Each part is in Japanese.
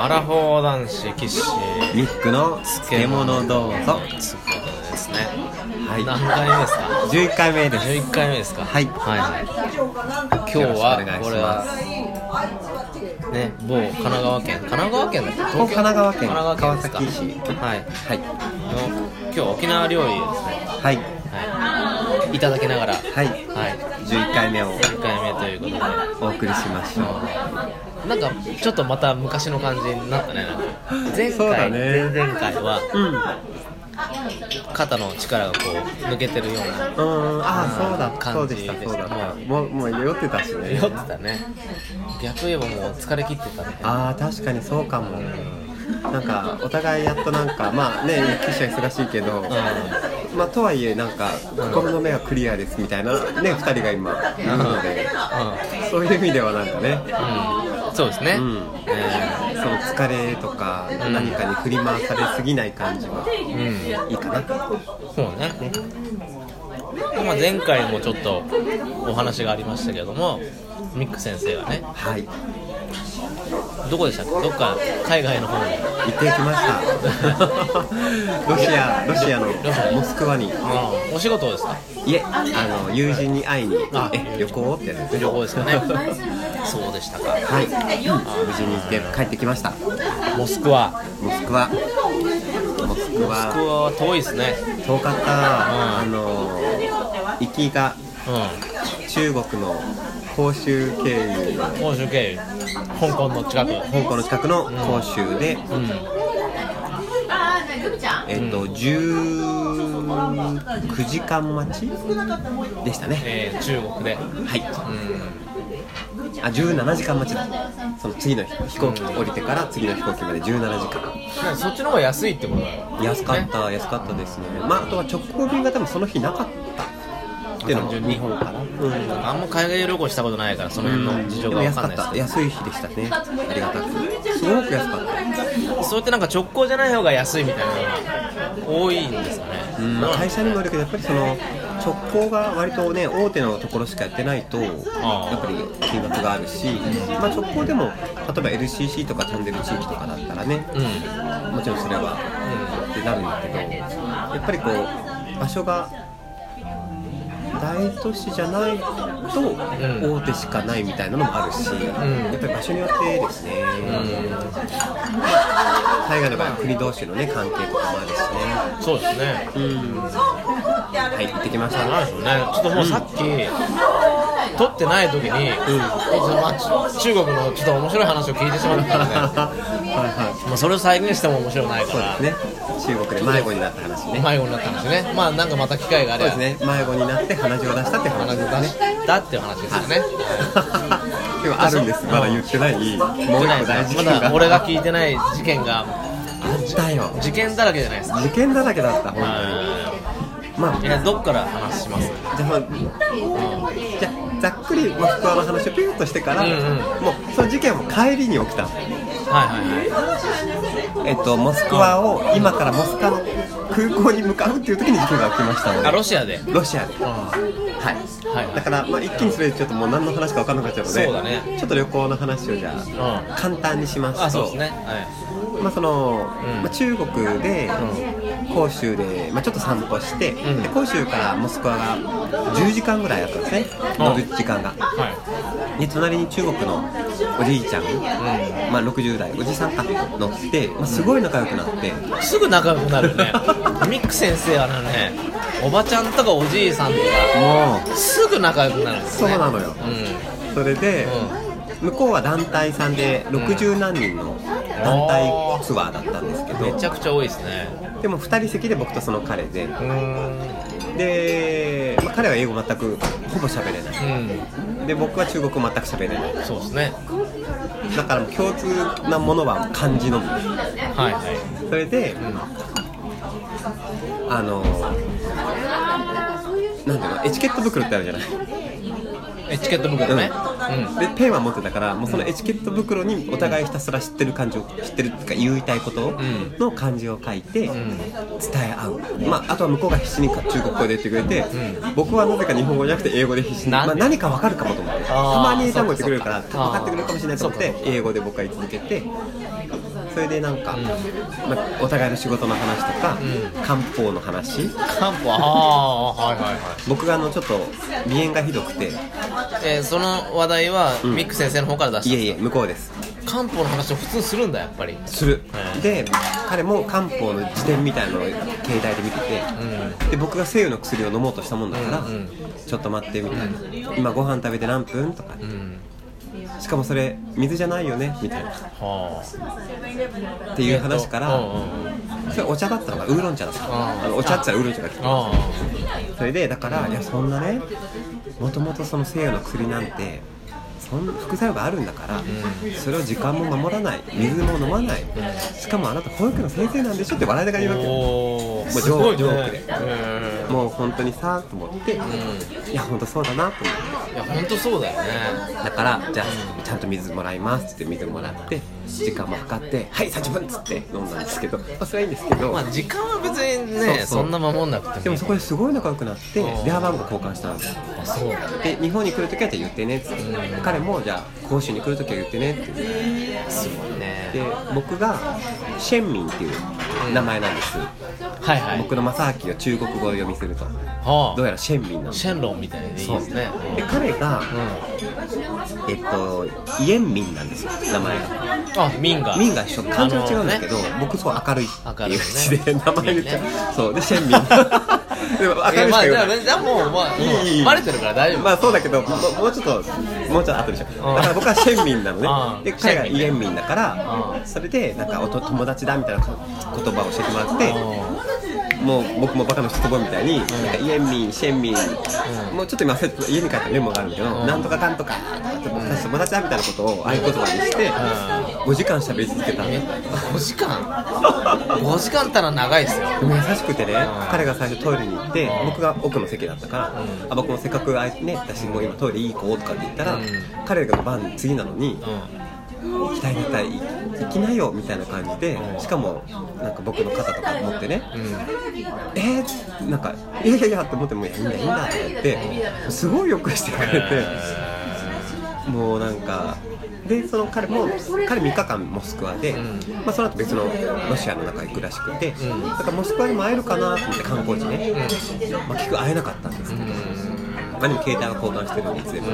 ラフォー男子キッシーミックの漬物どうぞ。 ということですね。 はい、 何回目ですか 11回目です。 11回目ですか。 はい、 はい、今日はこれはね、某神奈川県だっけ、東京、 神奈川県川ですか。 崎市、 はいはい、 の今日沖縄料理ですね。 はい、 はい、いただきながら、 はい、 はい、 11回目を 11回目ということでお送りしましょう。 なんかちょっとまた昔の感じになったね。なんか前そうだ回、 ね、 前々回は、肩の力がこう抜けてるような、 ああ、そうだ、 感じでした。 そうだった。もう酔ってたしね。 酔ってたね。逆言えばもう疲れ切ってたみたいな。 ああ、確かにそうかも。なんかお互いやっとなんか、まあね、記者忙しいけど、まあとはいえなんか心の目はクリアですみたいなね、2人が今いるので、そういう意味ではなんかね、 そうですね。 その疲れとか何かに振り回されすぎない感じはいいかな。 そうね。まあ前回もちょっとお話がありましたけども、ミック先生がね、 はい、 どこでしたっけ？どっか海外の方に行ってきましたロシアのモスクワに。 お仕事ですか？ いえ、友人に会いに旅行ってやつですね。 旅行ですかねそうでしたか。 はい、無事に行って帰ってきました。 モスクワは遠いですね。 遠かった。行きが中国の広州経由、香港の近くの広州で、19時間待ちでしたね。 中国で、 はい、17時間待ちだ。その次の飛行機降りてから次の飛行機まで17時間。 そっちの方が安いってことだよね。 安かったですね。まああとは直行便が多分その日なかったっていうのも日本から、 あんま海外旅行したことないからその辺の事情が分かんないですけど、 安い日でしたね。ありがたくすごく安かった。 そうやってなんか直行じゃない方が安いみたいなのが多いんですかね。 会社にもよるけどやっぱりその直行が割とね大手のところしかやってないとやっぱり金額があるし、まあ、直行でも例えば LCC とか飛んでる地域とかだったらね、もちろんそれは、ってなるんだけど、やっぱりこう場所が大都市じゃないと大手しかないみたいなのもあるし、やっぱり場所によってですね、海外の場合は国同士のね関係とかもあるしね。 そうですね。 はい、行ってきました。 なんでしょうね。ちょっともうさっき、撮ってない時に、中国のちょっと面白い話を聞いてしまったので、まあそれを再現しても面白くないから。 そうですね。中国で迷子になった話ね。 まあなんかまた機会があれば。 そうですね。迷子になって鼻血を出したって話ですね。 だっていう話ですよね。 でもあるんです。まだ言ってない。もう一個大事件が。 まだ俺が聞いてない事件が。 だよ。 事件だらけじゃないですか。 事件だらけだった本当に。まあどっから話します？ じゃあざっくりモスクワの話をピュッとしてから、もうその事件も帰りに起きた。モスクワを今からモスクワの空港に向かうっていう時に事件が起きましたので。 ロシアで。 はい。だから、まあ、一気にそれでちょっともう何の話か分からなかったので、ちょっと旅行の話をじゃあ、簡単にしますと、 そうですね。 まあその中国で、広州で、まあ、ちょっと散歩して、で広州からモスクワが10時間ぐらいあったんですね、乗る時間が。で隣に中国のおじいちゃん、まあ、60代おじさんか乗って、まあ、すごい仲良くなって、 すぐ仲良くなるねミック先生はね、おばちゃんとかおじいさんとかもうすぐ仲良くなるんですね。 そうなのよ、それで、向こうは団体さんで60何人の団体ツアーだったんですけど、 めちゃくちゃ多いですね。 でも2人席で僕とその彼で、で、まあ、彼は英語全くほぼ喋れない、で僕は中国語全く喋れない。 そうですね。 だから共通なものは漢字のみ、それで、なんていうの、エチケット袋ってあるじゃない。 エチケット袋ね。 でペンは持ってたから、もうそのエチケット袋にお互いひたすら知ってる感じを知ってるっていうか言いたいことの漢字を書いて伝え合う、あとは向こうが必死に中国語で言ってくれて、僕はなぜか日本語じゃなくて英語で必死に、何か分かるかもと思って、たまに英単語言ってくれるから分かってくれるかもしれないと思って英語で僕は言い続けて、それでなんか、お互いの仕事の話とか、漢方の話、 漢方、 僕がちょっと鼻炎がひどくて、 その話題はミック先生の方から出したんですか？ いえ向こうです。 漢方の話を普通するんだ、やっぱりする。で彼も漢方の辞典みたいなのを携帯で見てて、で僕が西洋の薬を飲もうとしたもんだから、ちょっと待ってみたいな、今ご飯食べて何分とか、しかもそれ水じゃないよねみたいな、っていう話から、それお茶だったのかウーロン茶だったの、お茶って言ったらウーロン茶が来て、それでだから、いやそんなね、もともとその西洋の薬なんてそんな副作用があるんだから、それを時間も守らない、水も飲まない、しかもあなた保育の先生なんでしょって笑いながら言うわけよ。もうジョークで、もう本当にさと思って、いや本当そうだなと思って、 いや本当そうだよね。 だからじゃあちゃんと水もらいますって水もらって時間も測ってはい30分っつって飲んだんですけど、それはいいんですけど、 時間は別にね、そんな守んなくても。 でもそこですごい仲良くなって電話番号交換したんですよ。 そうで日本に来るときはじゃあ言ってねっつって、彼もじゃあ広州に来るときは言ってねって言って、 すごいね。 で僕がシェンミンっていう名前なんです、僕の正明を中国語を読みすると、どうやらシェンミンなんです。 シェンロンみたいでいいですね。 で彼が、イエンミンなんですよ、名前が。 ミンが一緒、漢字は違うんだけど、僕すごい明るいっていう字で名前言っちゃう。そうでシェンミンでも明るいしか言わない。 じゃあもうバレてるから大丈夫。 そうだけど、もうちょっと後でしょ。だから僕はシェンミンなのね。で彼がイエンミンだから、それでなんか友達だみたいな言葉を教えてもらって、もう僕もバカの人ぼみたいに、なんかイエンミン、シェンミン、もうちょっと今家に帰ったメモがあるんだけど、なんとかかんとか僕たち友達だみたいなことを合言葉にして5時間喋り続けた。 5時間ったら長いですよ。 でも優しくてね、彼が最初トイレに行って、僕が奥の席だったから、僕もせっかくね、私も今トイレいい子とかって言ったら、彼が番次なのに、行きたい行きなよみたいな感じで、しかもなんか僕の肩とか持ってね、なんかいやって思っても、いいんだって言ってすごいよくしてくれて、もうなんかでその彼3日間モスクワで、その後別のロシアの中行くらしくて、だからモスクワでも会えるかなと思って観光地ね、結局会えなかったんですけど、でも携帯は交換してるんでいつでも。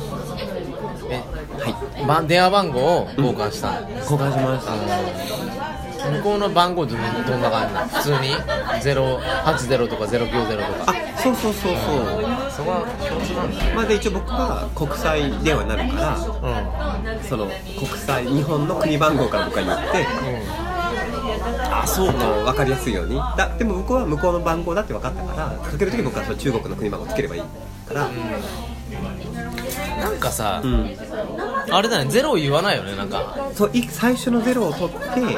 電話番号を交換したの？ 交換しました。 向こうの番号どんな感じなの？普通に080とか090とか。 そうそこは共通なんだね。 で一応僕は国際電話になるから、その国際日本の国番号から僕は言って、そうか、分かりやすいように。でも向こうは向こうの番号だって分かったから、かけるとき僕はその中国の国番号をつければいいから。 なんかさ、あれだね、ゼロを言わないよね、なんか。 そう、最初のゼロを取って、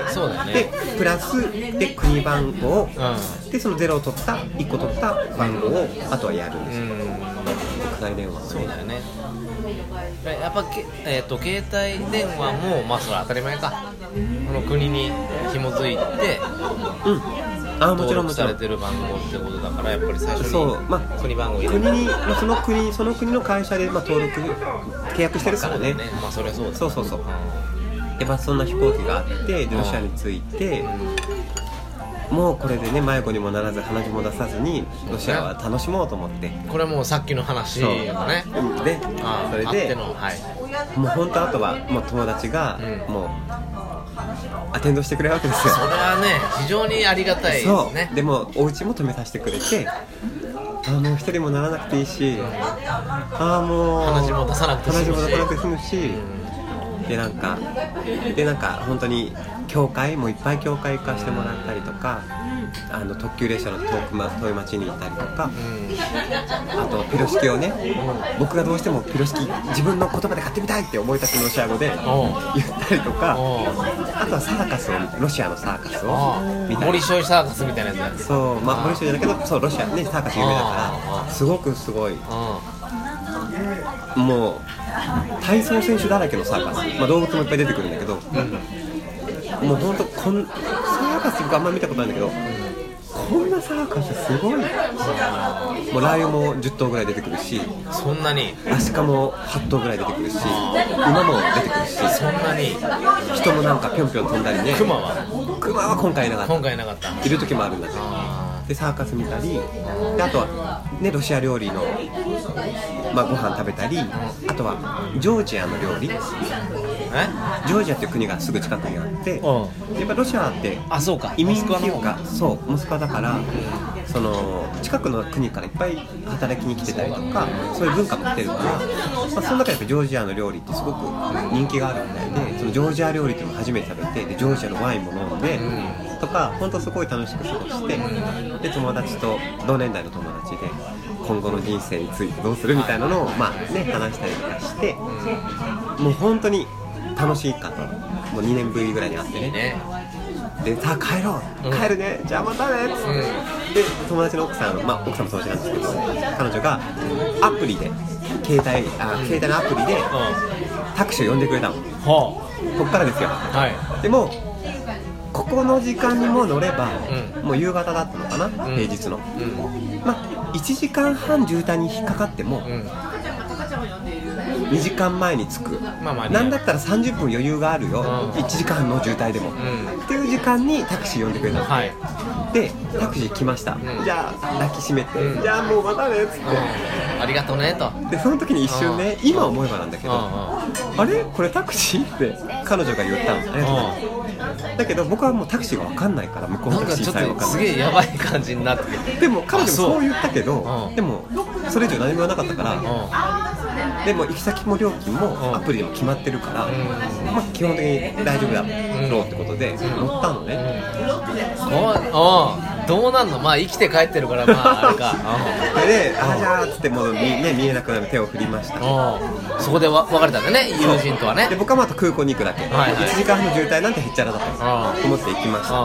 そうだね。 でプラスで国番号、でそのゼロを取った1個取った番号をあとはやるんですよ。国際電話はね。そうだよね。 やっぱ携帯電話もそれ当たり前か。この国に紐づいて。登録されてる番号ってことだから、やっぱり最初に国番号入れる、 その国の会社で登録契約してるからね。 それはそうだ。 そうでそんな飛行機があってロシアに着いて、もうこれでね迷子にもならず鼻血も出さずにロシアは楽しもうと思って、 これはもうさっきの話がね、 でそれでもう本当あとはもう友達がもうアテンドしてくれるわけですよ。 それはね非常にありがたいですね。 でもお家も止めさせてくれて、もう一人もならなくていいし、もう鼻血も出さなくて済むし、でなんか本当に教会もいっぱい教会行かしてもらったりとか、特急列車の遠い町に行ったりとか、あとピロシキをね、僕がどうしてもピロシキ自分の言葉で買ってみたいって思いたくロシア語で言ったりとか、あとはサーカスをロシアのサーカスを見たり、 モリショイサーカスみたいなやつ。 そう、モリショイじゃないけど、そうロシアねサーカス有名だから、すごいもう体操選手だらけのサーカス、動物もいっぱい出てくるんだけど、もうほんとサーカス僕あんま見たことないんだけど、こんなサーカスすごい。もうライオンも10頭ぐらい出てくるし、 そんなにアシカも8頭ぐらい出てくるし、馬も出てくるし、 そんなに人もなんかぴょんぴょん飛んだりね。 クマは今回いなかった。 今回いなかった。 いる時もあるんだけど、でサーカス見たり、であとはねロシア料理のご飯食べたり、あとはジョージアの料理。ジョージアっていう国がすぐ近くにあって、やっぱロシアって移民っていうか、そうモスクワだから、その近くの国からいっぱい働きに来てたりとか、そういう文化も来てるから、その中でジョージアの料理ってすごく人気があるみたいで、そのジョージア料理っていうのを初めて食べて、でジョージアのワインも飲んで、とか本当すごい楽しく過ごして、で友達と同年代の友達で今後の人生についてどうするみたいなのを話したりとかして、もう本当に楽しいかと。もう2年ぶりぐらいに会ってね、でさあ帰ろう、帰るね、じゃあまたねっつって、で友達の奥さん、奥さんも友達なんですけど、彼女がアプリで携帯のアプリでタクシーを呼んでくれたの。こっからですよ、でもここの時間にも乗れば、もう夕方だったのかな、平日の、1時間半渋滞に引っかかっても、2時間前に着く、なんだったら30分余裕があるよ、1時間の渋滞でも、っていう時間にタクシー呼んでくれたの、でタクシー来ました、じゃあ抱きしめて、じゃあもうまたねっつって、 ありがとうねと。 でその時に一瞬ね、今思えばなんだけど、あれこれタクシーって彼女が言ったの。ありがとうございます。だけど僕はもうタクシーが分かんないから、向こうのタクシーさえ分かんない。 すげえやばい感じになって、 でも彼女もそう言ったけど、でもそれ以上何も言わなかったから、でも行き先も料金もアプリでも決まってるから、基本的に大丈夫だろうってことで乗ったのね。 どうなんの？生きて帰ってるからあれか。 でじゃあっつってもう見えなくなる手を振りました。 そこで別れたんだね、友人とはね。 で僕はまた空港に行くだけ、1時間の渋滞なんてへっちゃらだったと思って行きました。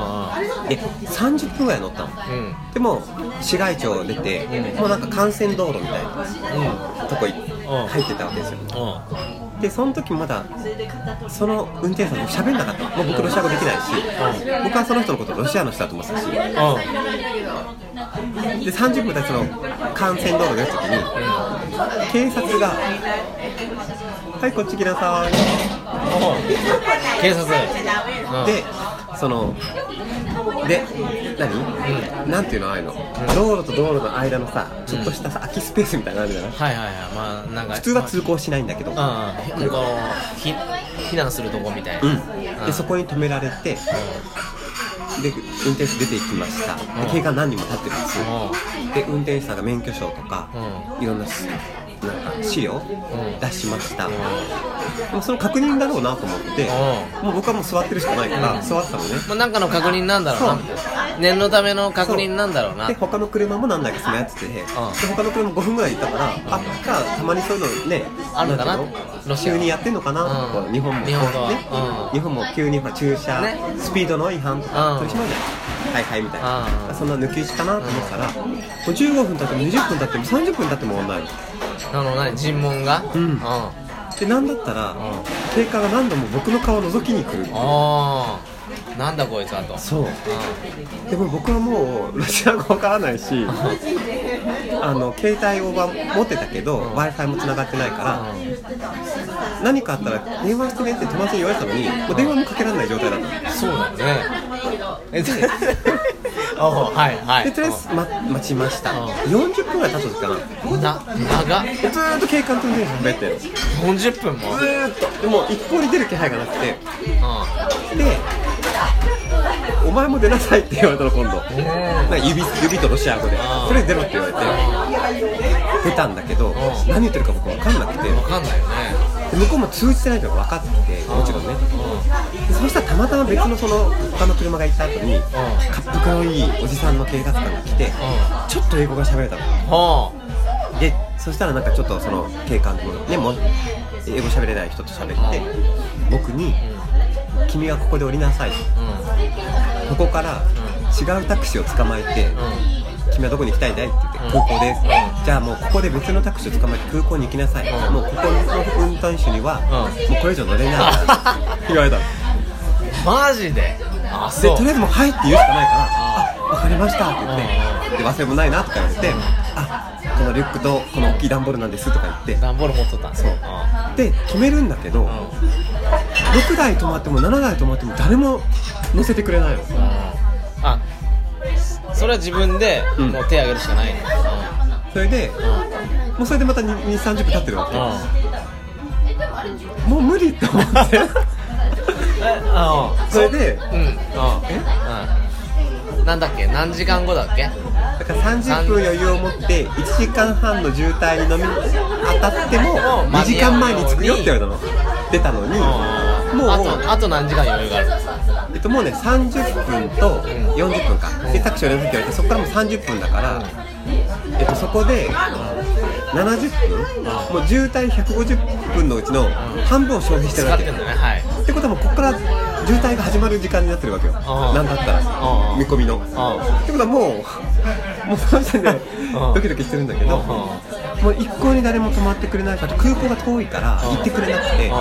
で30分ぐらい乗ったの、でも市街地を出て、もうなんか幹線道路みたいなとこ入ってたわけですよ。でその時もまだその運転手さんも喋んなかった。もう僕ロシア語できないし、僕はその人のことをロシアの人だと思ってたし、で30分経ってその幹線道路で出た時に、警察がはいこっち来なさい。 警察でそのでなんていうの、ああいうの、道路と道路の間のさ、ちょっとした空きスペースみたいなのあるじゃない。なんか普通は通行しないんだけど、 避難するとこみたいな、 でそこに止められて、で運転手出て行きました。で警官何人も立ってるんですよ。で運転手さんが免許証とか、いろんななんか資料出しました。もうその確認だろうなと思って、もう僕はもう座ってるしかないから座ってたのね。 なんかの確認なんだろうな、念のための確認なんだろうな。 で他の車も何台かそのやってて、で他の車も5分ぐらい行ったから、じゃあたまにそういうのね、 あるかな、 急にやってんのかな、日本も急に駐車、スピードの違反とか取り締まるじゃない、はいみたいな、そんな抜き打ちかなと思ったら、もう15分経っても20分経っても30分経っても終わんないの。尋問が、 でなんだったら、警官が何度も僕の顔を覗きに来る。 なんだこいつはと。 そう、でも僕はもうロシア語わからないし、携帯を持ってたけど Wi-Fi も繋がってないから、何かあったら電話してねって友達に言われたのに、もう電話もかけられない状態だった。 そうだよね。でとりあえず待ちました。40分ぐらい経った時かな。 長っ。 ずーっと警官と運転手喋ってる。 40分もずーっと。でも一向に出る気配がなくて、でお前も出なさいって言われたの今度。なんか指とロシア語でそれ出ろって言われて出たんだけど、何言ってるか僕分かんなくて。 分かんないよね。 向こうも通じてないのが分かってて、もちろんね。そしたらたまたま別の他の車が行った後に、恰幅のいいおじさんの警察官が来て、ちょっと英語が喋れたの。でそしたらなんかちょっとその警官とね、もう英語喋れない人と喋って、僕に君はここで降りなさい、ここから違うタクシーを捕まえて、 君はどこに行きたいんだいって言って、空港です、じゃあもうここで別のタクシーを捕まえて空港に行きなさい、もうここの運転手には、もうこれ以上乗れない言われたの。 マジで？あ、 でそう。 とりあえずもうはいって言うしかないから、分かりましたって言って、で忘れもないなとか言われて、このリュックとこの大きい段ボールなんですとか言って、 段ボール持っとったん？ そうで止めるんだけど、6台止まっても7台止まっても誰も乗せてくれないの。 あ、それは自分でもう手挙げるしかないの。 それで、もうそれでまた 2,30 分経ってるわけ、もう無理って思ってそれで、 なんだっけ、何時間後だっけ。 だから30分余裕を持って1時間半の渋滞に飲み当たっても2時間前に着くよって言われたの。出たのにもうあと何時間余裕がある。 もうね30分と40分かでタクシーを連れて言われて、そこからもう30分だから、そこで70分、もう渋滞150分のうちの半分を消費してるわけってことは、もうここから渋滞が始まる時間になってるわけよ、なんだったら見込みのってことはもうその時点でドキドキしてるんだけど、もう一向に誰も止まってくれないから、空港が遠いから行ってくれなくて、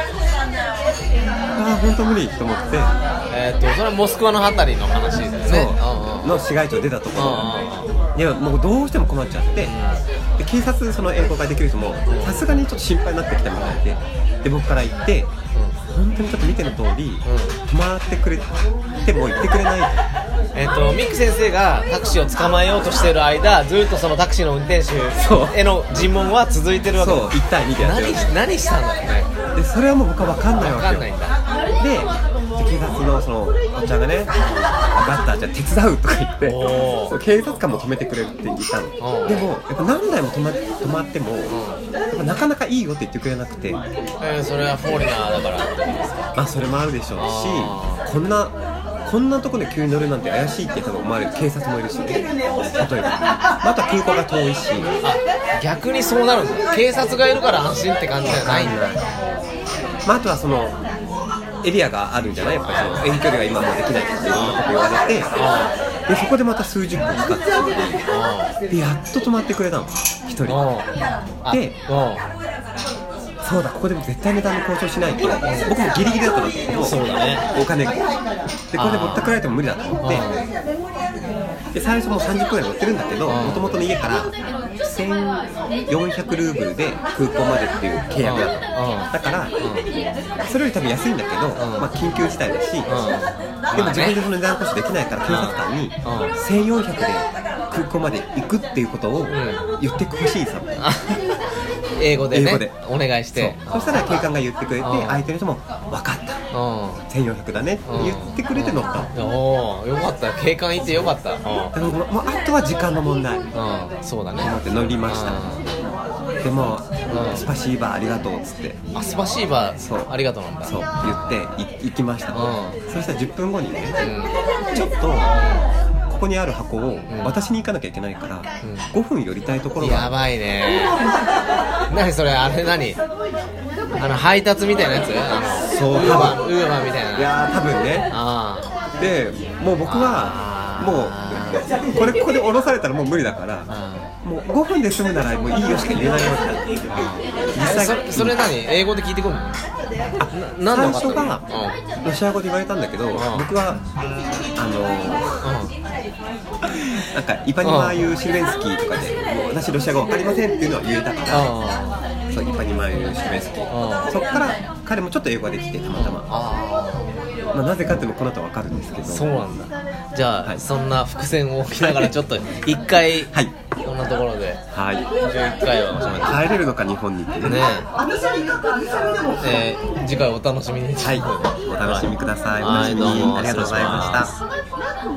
本当無理と思って、 それはモスクワのあたりの話だよね。 の市街地を出たところなんで、いやもうどうしても困っちゃって、で警察その英語ができる人もさすがにちょっと心配になってきたみたいで、僕から言って、本当にちょっと見ての通り、止まってくれても行ってくれないと。 ミック先生がタクシーを捕まえようとしている間、ずっとそのタクシーの運転手への尋問は続いてるわけ。 そう、1対2でやってる。 何したんだろうね。 でそれはもう僕は分かんないわけよ。 分かんないんだ。 で警察のそのおっちゃんがね、分かった、じゃあ手伝うとか言って、そう警察官も止めてくれるって言ったの。でもやっぱ何台も止まっても、やっぱなかなかいいよって言ってくれなくて、 それはフォーリナーだからってことですか。 まあそれもあるでしょうし、こんなところで急に乗るなんて怪しいって多分思われる警察もいるし、例えば、あとは空港が遠いし、 逆にそうなるんだ。警察がいるから安心って感じじゃないんだ。 あとはそのエリアがあるんじゃない、やっぱりその遠距離が今もできないっていろんなこと言われて、でそこでまた数十分かかってでやっと止まってくれたの1人で、そうだ、ここでも絶対値段の交渉しないと、僕もギリギリだったんだけど、 そうだね、 お金がでこれでぼったくられても無理だと思って、で最初もう30分ぐらい乗ってるんだけど、もともとの家から1400ルーブルで空港までっていう契約だったの。だから、それより多分安いんだけど、まあ緊急事態だし、でも自分でその値段交渉できないから警察官に1400で空港まで行くっていうことを言ってほしいさ。 英語でね、お願いして、 そしたら警官が言ってくれて、相手の人も分かった、1400だねって言ってくれて乗ったの。よかった、警官いてよかった。 だからもうあとは時間の問題。 そうだね。 思って乗りました。でもスパシーバーありがとうっつって、 スパシーバーありがとうなんだ。 そう言って行きました。そしたら10分後にね、ちょっとここにある箱を渡しに行かなきゃいけないから、5分寄りたいところが。 やばいね。何それ、あれ何、配達みたいなやつ、 そう、ウーバーみたいな。 いや多分ね。でもう僕はもうここで降ろされたらもう無理だから、もう5分で済むならもういいよしか言えないわけだ。 実際それ何、英語で聞いてくるの？ 最初がロシア語で言われたんだけど、僕はなんかイパニマーユー・シルベンスキーとかで、私ロシア語分かりませんっていうのは言えたから、そうイパニマーユー・シルベンスキー、そっから彼もちょっと英語ができて、たまたままあ、なぜかっていうのもこの後分かるんですけど。 そうなんだ。じゃあ、そんな伏線を置きながらちょっと一回、こんなところで、11回はおしまいです。 帰れるのか日本にってね。 次回お楽しみに。 お楽しみください。お楽しみに。ありがとうございました。